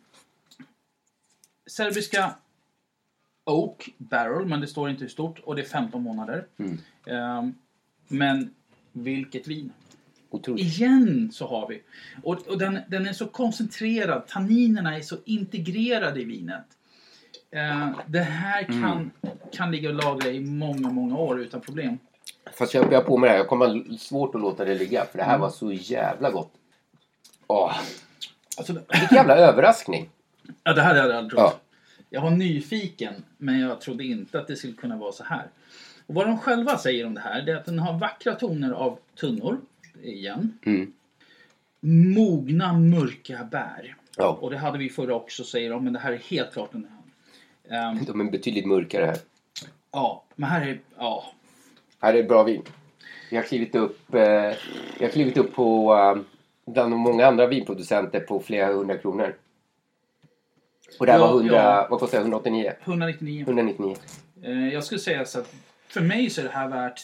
serbiska Oak Barrel, men det står inte hur stort, och det är 15 månader. Men vilket vin? Otroligt. Igen så har vi. Och den är så koncentrerad. Tanninerna är så integrerade i vinet. Det här kan ligga och lagra i många, många år utan problem. Fast jag börjar på med det här. Jag kommer ha svårt att låta det ligga. För det här var så jävla gott. Alltså, vilken jävla överraskning. Ja, det här hade jag aldrig trott. Jag var nyfiken, men jag trodde inte att det skulle kunna vara så här. Och vad de själva säger om det här, det är att den har vackra toner av tunnor. Igen. Mogna, mörka bär. Och det hade vi förra också, säger de. Men det här är helt klart en de är betydligt mörkare här. Ja, men här är... Ja. Här är bra vin. Jag har klivit upp på bland de många andra vinproducenter på flera 100 kronor. Och det här var 100, vad kostar det? 189? 199. Jag skulle säga så att för mig så är det här värt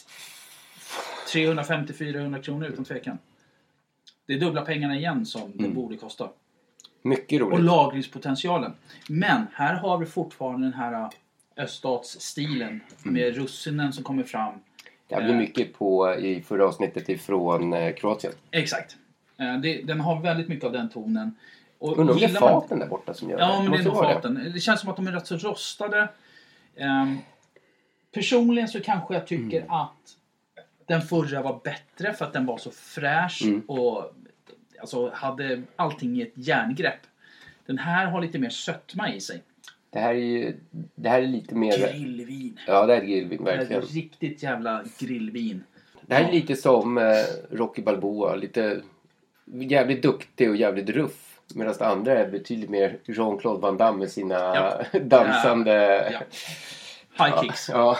350-400 kronor utan tvekan. Det är dubbla pengarna igen som det borde kosta. Mycket roligt. Och lagringspotentialen. Men här har vi fortfarande den här öststatsstilen med russinen som kommer fram. Det här blir mycket på i förra avsnittet ifrån Kroatien. Exakt. Den har väldigt mycket av den tonen. Och undrar om det är faten där borta som gör det. Ja, men det är nog faten. Det känns som att de är rätt så rostade. Personligen så kanske jag tycker att den förra var bättre för att den var så fräsch och alltså hade allting i ett järngrepp. Den här har lite mer sötma i sig. Det här är lite mer... Grillvin. Ja, det är grillvin, verkligen. Det är riktigt jävla grillvin. Det här är lite som Rocky Balboa. Lite jävligt duktig och jävligt ruff. Medan det andra är betydligt mer Jean-Claude Van Damme med sina dansande... High kicks. Ja,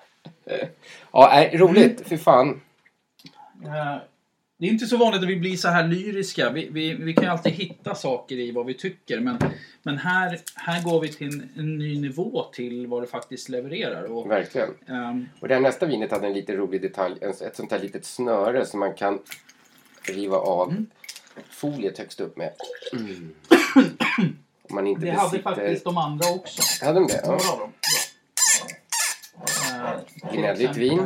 roligt. För fan. Det är inte så vanligt att vi blir så här lyriska. Vi kan ju alltid hitta saker i vad vi tycker. Men här går vi till en ny nivå till vad det faktiskt levererar. Och, verkligen. Och det här nästa vinet hade en lite rolig detalj. Ett sånt här litet snöre som man kan riva av foliet högst upp med. Om man inte det hade faktiskt de andra också. Hade de det? Ja. Gnälligt vin.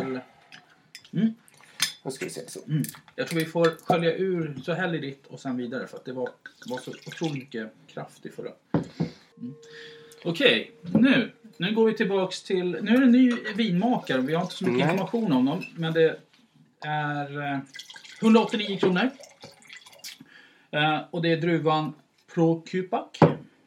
Nu ska vi se så. Jag tror vi får skölja ur så här i ditt och sen vidare för att det var så otroligt mycket kraft i förra. Okej, nu går vi tillbaks till... Nu är det en ny vinmakare. Vi har inte så mycket information om dem. Men det är 189 kronor. Och det är druvan Prokupak.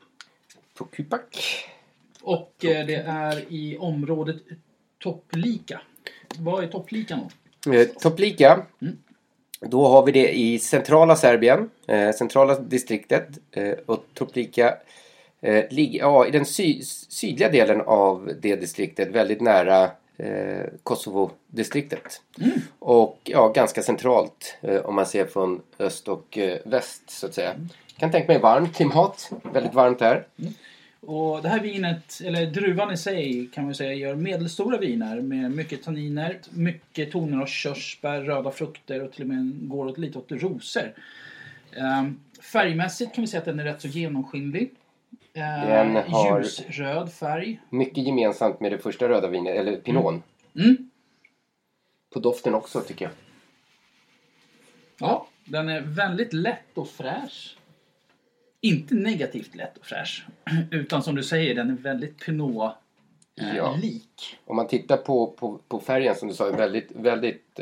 Och det är i området Toplika. Vad är Toplika då? Toplika. Då har vi det i centrala Serbien. Centrala distriktet. Och Toplika ligger i den sydliga delen av det distriktet. Väldigt nära Kosovo-distriktet. Och ganska centralt om man ser från öst och väst så att säga. Kan tänka mig varmt klimat. Väldigt varmt här. Och det här vinet, eller druvan i sig kan man säga, gör medelstora viner med mycket tanniner, mycket toner av körsbär, röda frukter och till och med går lite åt rosor. Färgmässigt kan vi säga att den är rätt så genomskinlig. Den har ljusröd färg. Mycket gemensamt med det första röda vinet, eller pinon. På doften också tycker jag. Ja, den är väldigt lätt och fräsch. Inte negativt lätt och fräsch. Utan som du säger, den är väldigt Pinot-lik. Om man tittar på färgen som du sa, väldigt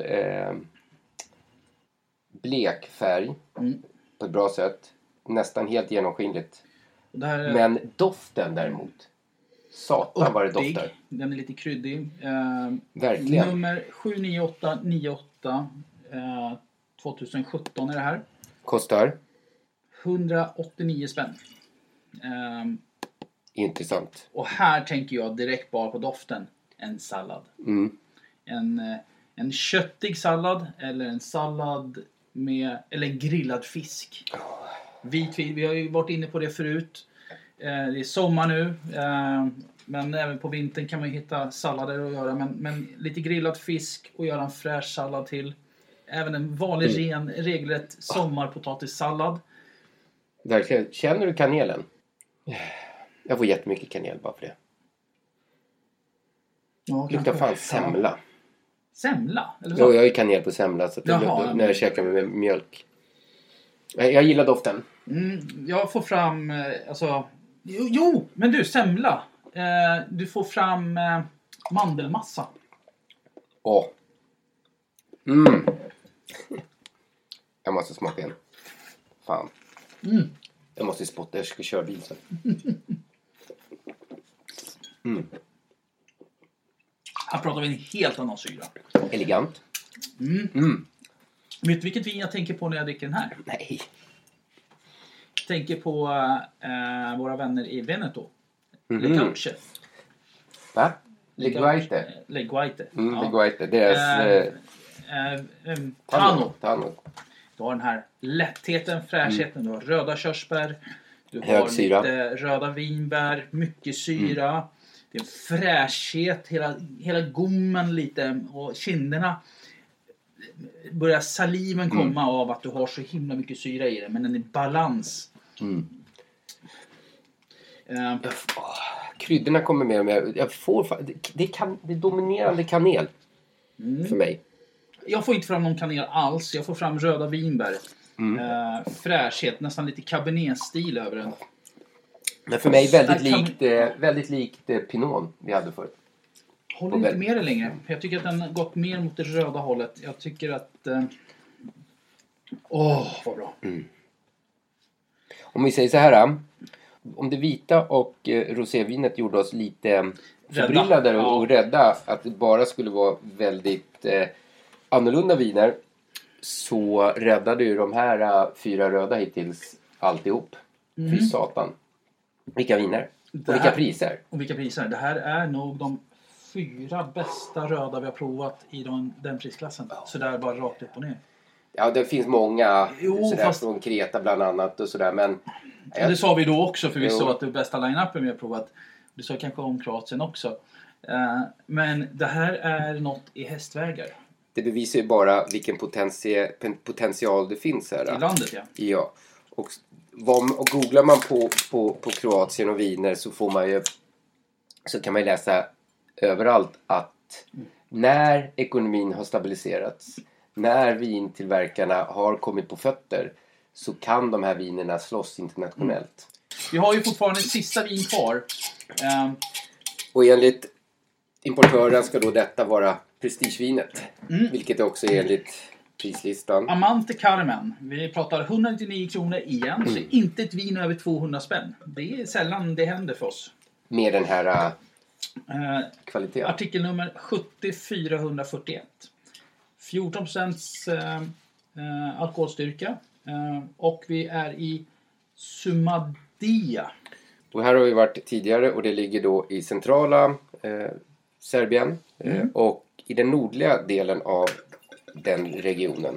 blek färg. På ett bra sätt. Nästan helt genomskinligt. Men doften däremot. Satan vad det doftar. Den är lite kryddig. Verkligen. Nummer 79898 2017 är det här. Kostar? 189 spänn. Intressant. Och här tänker jag direkt bara på doften. En sallad. En köttig sallad. Eller en sallad med... Eller en grillad fisk. Vitvin. Vi har ju varit inne på det förut. Det är sommar nu. Men även på vintern kan man ju hitta sallader att göra. Men lite grillad fisk och göra en fräsch sallad till. Även en vanlig regelrätt sommarpotatissallad. Verkligen. Känner du kanelen? Jag får jättemycket kanel bara för det. Ja, luktar fan semla. Semla? Eller så? Jo, jag har ju kanel på semla så att när jag käkar med mjölk. Jag gillar doften. Jag får fram... Jo, men du, semla. Du får fram mandelmassa. Jag måste smaka en. Fan. Jag måste spotta, jag ska köra bil sen. Här pratar vi en helt annan syra. Elegant. Vet du vilket vin jag tänker på när jag dricker den här? Nej. Jag tänker på våra vänner i Veneto. Le Cauche. Va? Leguaite. Leguaite. Leguaite. Deras... Tano. Tano. Du har den här lättheten, fräschheten. Du har röda körsbär. Du Hög har syra. lite röda vinbär. Mycket syra. Det är en fräschhet. Hela gommen lite. Och kinderna. Börjar saliven komma av att du har så himla mycket syra i den. Men den är balans. Kryddorna kommer med. Jag får, det är dominerande kanel för mig. Jag får inte fram någon kanel alls. Jag får fram röda vinbär. Fräschhet. Nästan lite cabernet-stil över den. Men för mig väldigt likt Pinot vi hade förut. Håller inte med det längre. Jag tycker att den har gått mer mot det röda hållet. Jag tycker att... vad bra. Om vi säger så här. Om det vita och rosévinet gjorde oss lite förbryllade och rädda. Att det bara skulle vara väldigt annorlunda viner. Så räddade ju de här 4 röda hittills alltihop. Fy satan. Vilka viner. Och vilka priser. Och vilka priser. Det här är nog de 4 bästa röda vi har provat i den prisklassen. Så där bara rakt upp och ner. Ja, det finns många från Kreta bland annat och sådär. Men det sa vi då också för vi sa att det är bästa line-upen vi har provat. Det sa kanske om Kroatien också. Men det här är något i hästvägar. Det bevisar ju bara vilken potential det finns här. I landet, ja. Ja. Och googlar man på Kroatien och viner så får man ju, så kan man ju läsa överallt att när ekonomin har stabiliserats, när vintillverkarna har kommit på fötter, så kan de här vinerna slåss internationellt. Vi har ju fortfarande sista vin kvar. Och enligt importören ska då detta vara prestigevinet. Vilket också är enligt prislistan. Amante Carmen. Vi pratar 199 kronor igen. Så inte ett vin över 200 spänn. Det är sällan det händer för oss. Med den här kvaliteten. Artikelnummer 70441. 14% alkoholstyrka. Och vi är i Šumadija. Och här har vi varit tidigare och det ligger då i centrala Serbien. Och i den nordliga delen av den regionen.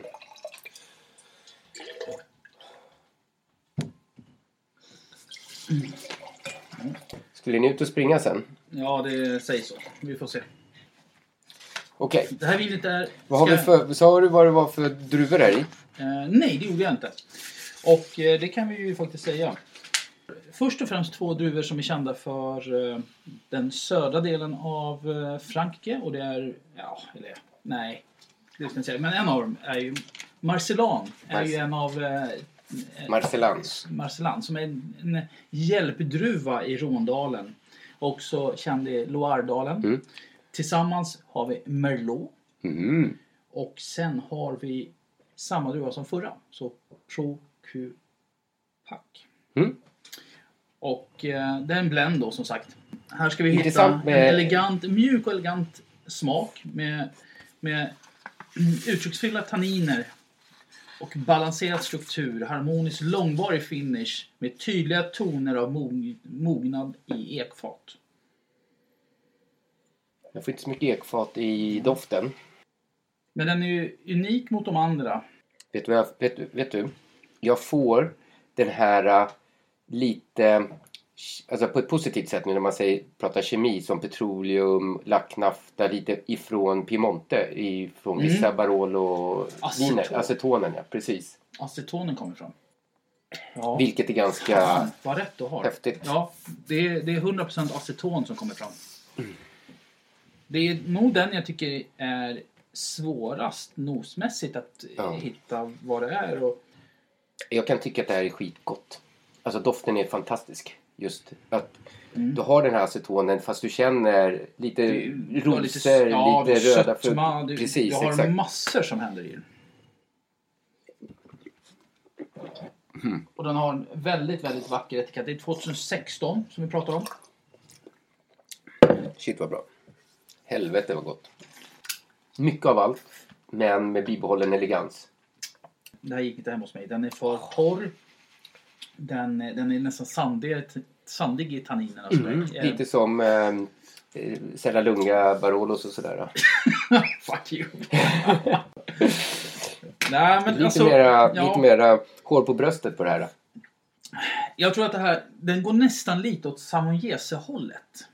Skulle ni ut och springa sen? Ja, det sägs så. Vi får se. Okej. Det här vinet är... Sa du vad det var för druvor här i? Nej, det gjorde jag inte. Och det kan vi ju faktiskt säga. Först och främst 2 druvor som är kända för den södra delen av Frankrike. Och det är... Nej, det ska jag säga. Men en av dem är ju Marcellan. Är ju en av... Marcellan som är en hjälpdruva i Råndalen. Också känd i Loiredalen. Tillsammans har vi Merlot. Och sen har vi samma druva som förra. Så Procupac. Och det är en blend då som sagt. Här ska vi hitta en mjuk och elegant smak. Med uttrycksfulla tanniner. Och balanserad struktur. Harmonisk långvarig finish. Med tydliga toner av mognad i ekfat. Jag får inte så mycket ekfat i doften. Men den är ju unik mot de andra. Vet du? Jag får den här lite... Alltså på ett positivt sätt nu när man pratar kemi som petroleum, lacknafta, lite ifrån Piemonte, ifrån vissa Barolo-viner. Acetonen, ja, precis. Acetonen kommer ifrån. Ja. Vilket är ganska vad rätt du har. Häftigt. Ja, det är 100% aceton som kommer fram. Det är nog den jag tycker är svårast nosmässigt att hitta vad det är. Jag kan tycka att det här är skitgott. Alltså doften är fantastisk. Just att du har den här acetonen fast du känner lite rosor, lite röda sötma, precis, jag har exakt. Massor som händer i den. Och den har en väldigt, väldigt vacker etikett. Det är 2016 som vi pratar om. Shit vad bra. Helvete vad gott. Mycket av allt, men med bibehållen elegans. Det här gick inte hem hos mig. Den är för torr. Den är nästan sandig sandig i tanninerna. Lite som Stella Lunga, Barolos och sådär. Fuck you. Nej, men lite, alltså, lite mera hår på bröstet på det här. Jag tror att den går nästan lite åt Samoyese-hållet.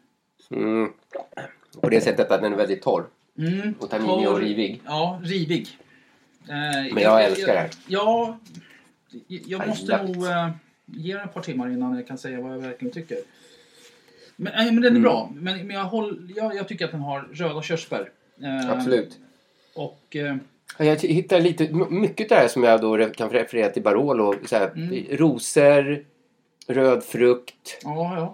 På det sättet att den är väldigt torr. Och tanninig och rivig. Ja, rivig. Men jag älskar det här. Ja, jag måste nog ge den ett par timmar innan jag kan säga vad jag verkligen tycker. Men den är bra. Men jag tycker att den har röda körsbär. Absolut. Och... jag hittar lite mycket där som jag då kan referera till Barolo. Rosor, röd frukt. Ja.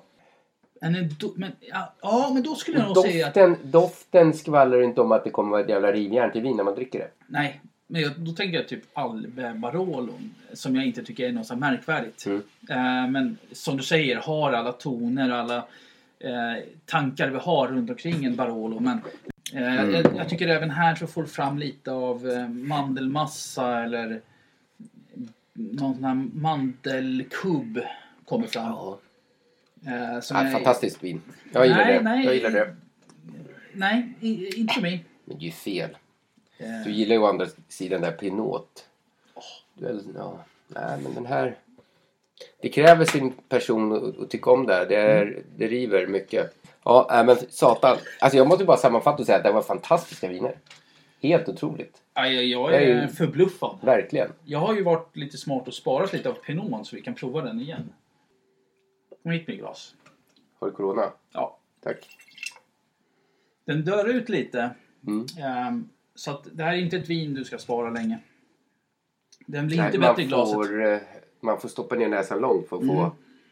Men då skulle jag nog säga att... Doften skvallrar inte om att det kommer ett jävla rivjärn till vin när man dricker det. Nej, men då tänker jag typ Barolo som jag inte tycker är något så märkvärdigt. Men som du säger, har alla toner, alla tankar vi har runt omkring en Barolo. Men jag tycker även här så får fram lite av mandelmassa eller någon sån här mandelkubb kommer fram. Fantastiskt vin. Jag gillar det. Nej, inte för mig. Men det är ju fel. Du gillar ju å andra sidan där Pinot. Nej, men den här... Det kräver sin person att tycka om det. Det river mycket. Ja, men satan. Alltså jag måste bara sammanfatta och säga att det var fantastiska viner. Helt otroligt. Jag är förbluffad. Verkligen. Jag har ju varit lite smart och sparat lite av Pinot så vi kan prova den igen. Kom hit med glas. Har du corona? Ja. Tack. Den dör ut lite. Så att det här är inte ett vin du ska spara länge. Den blir inte bättre i glaset. Man får stoppa ner näsan långt för att få...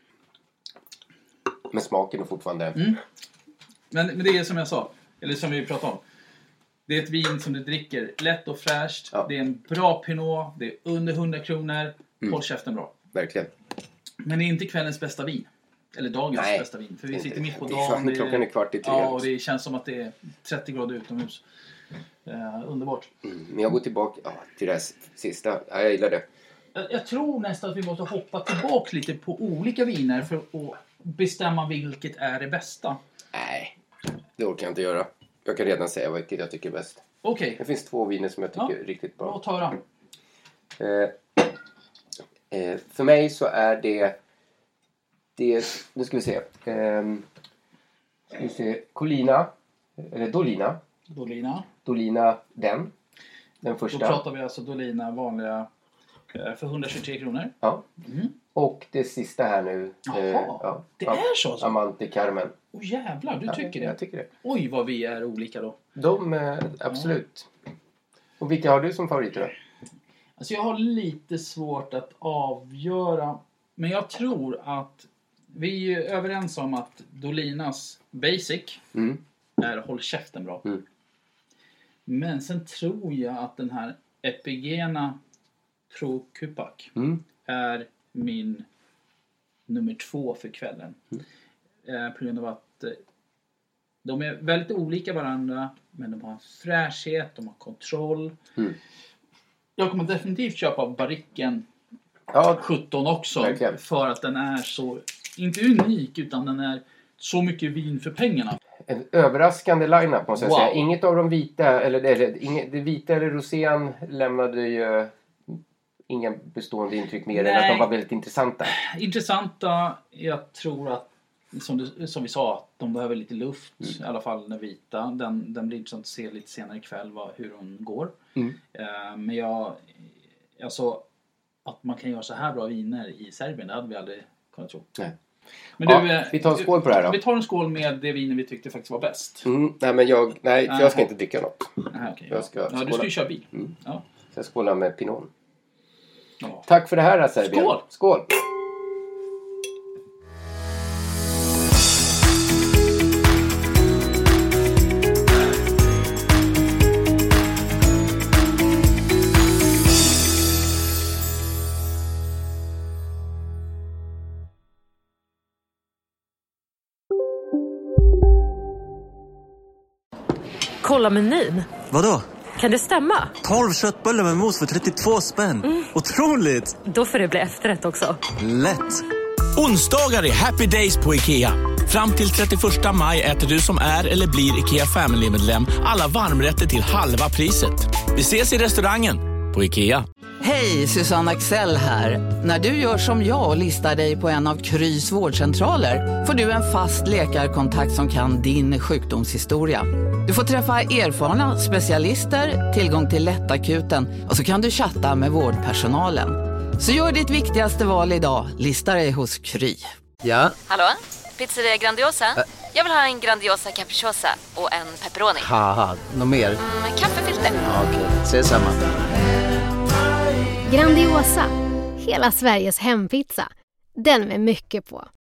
med smaken och fortfarande... Men det är som jag sa. Eller som vi pratade om. Det är ett vin som du dricker lätt och fräscht. Ja. Det är en bra Pinot. Det är under 100 kronor. Håll käften bra. Verkligen. Men det är inte kvällens bästa vin. Eller dagens bästa vin. För vi sitter mitt på dagen. Klockan är 2:45. Ja, och det känns som att det är 30 grader utomhus. Underbart. Men jag går tillbaka till det sista. Ja, jag gillar det. Jag tror nästan att vi måste hoppa tillbaka lite på olika viner för att bestämma vilket är det bästa. Nej, det orkar jag inte göra. Jag kan redan säga vilket jag tycker är bäst. Okej. Det finns 2 viner som jag tycker är riktigt bra. Låt höra. För mig så är det nu ska vi se. Colina eller Dolina den första. Då pratar vi alltså Dolina vanliga för 123 kronor. Ja. Och det sista här nu. Det är så. Amante Carmen. Jävlar, du tycker det? Jag tycker det. Oj, vad vi är olika då. Absolut. Och vilka har du som favoriter då? Alltså jag har lite svårt att avgöra. Men jag tror att vi är överens om att Dolinas Basic är håll käften bra. Men sen tror jag att den här Epigena Pro Cupac är min nummer 2 för kvällen. På grund av att de är väldigt olika varandra, men de har en fräschhet, de har kontroll. Jag kommer definitivt köpa Barricken 17 också. Verkligen. För att den är så, inte unik, utan den är så mycket vin för pengarna. En överraskande line-up måste jag säga. Inget av de vita, eller det vita eller rosén lämnade ju ingen bestående intryck mer än att de var väldigt intressanta. Intressanta, jag tror att som vi sa, de behöver lite luft, i alla fall den vita. Den blir intressant att se lite senare ikväll hur hon går. Men jag så att man kan göra så här bra viner i Serbien, det hade vi aldrig kunnat tro. Nej. Men vi tar en skål på det här då. Vi tar en skål med det viner vi tyckte faktiskt var bäst. Jag ska inte dricka något. Okay, du ska ju köra bil. Så jag skålar med Pinot. Tack för det här, Serbien. Skål! Kolla menyn. Vadå? Kan det stämma? 12 köttbullar med mos för 32 spänn. Otroligt! Då får det bli efterrätt också. Lätt! Onsdagar är happy days på IKEA. Fram till 31 maj äter du som är eller blir IKEA Family-medlem alla varmrätter till halva priset. Vi ses i restaurangen på IKEA. Hej, Susanne Axel här. När du gör som jag och listar dig på en av Krys vårdcentraler får du en fast läkarkontakt som kan din sjukdomshistoria. Du får träffa erfarna specialister, tillgång till lättakuten och så kan du chatta med vårdpersonalen. Så gör ditt viktigaste val idag, lista dig hos Kry. Ja? Hallå? Pizzeria Grandiosa? Jag vill ha en Grandiosa capriciosa och en pepperoni. Haha, något mer? Kaffefilter. Ja, okej, ses samma. Grandiosa, hela Sveriges hempizza. Den med mycket på.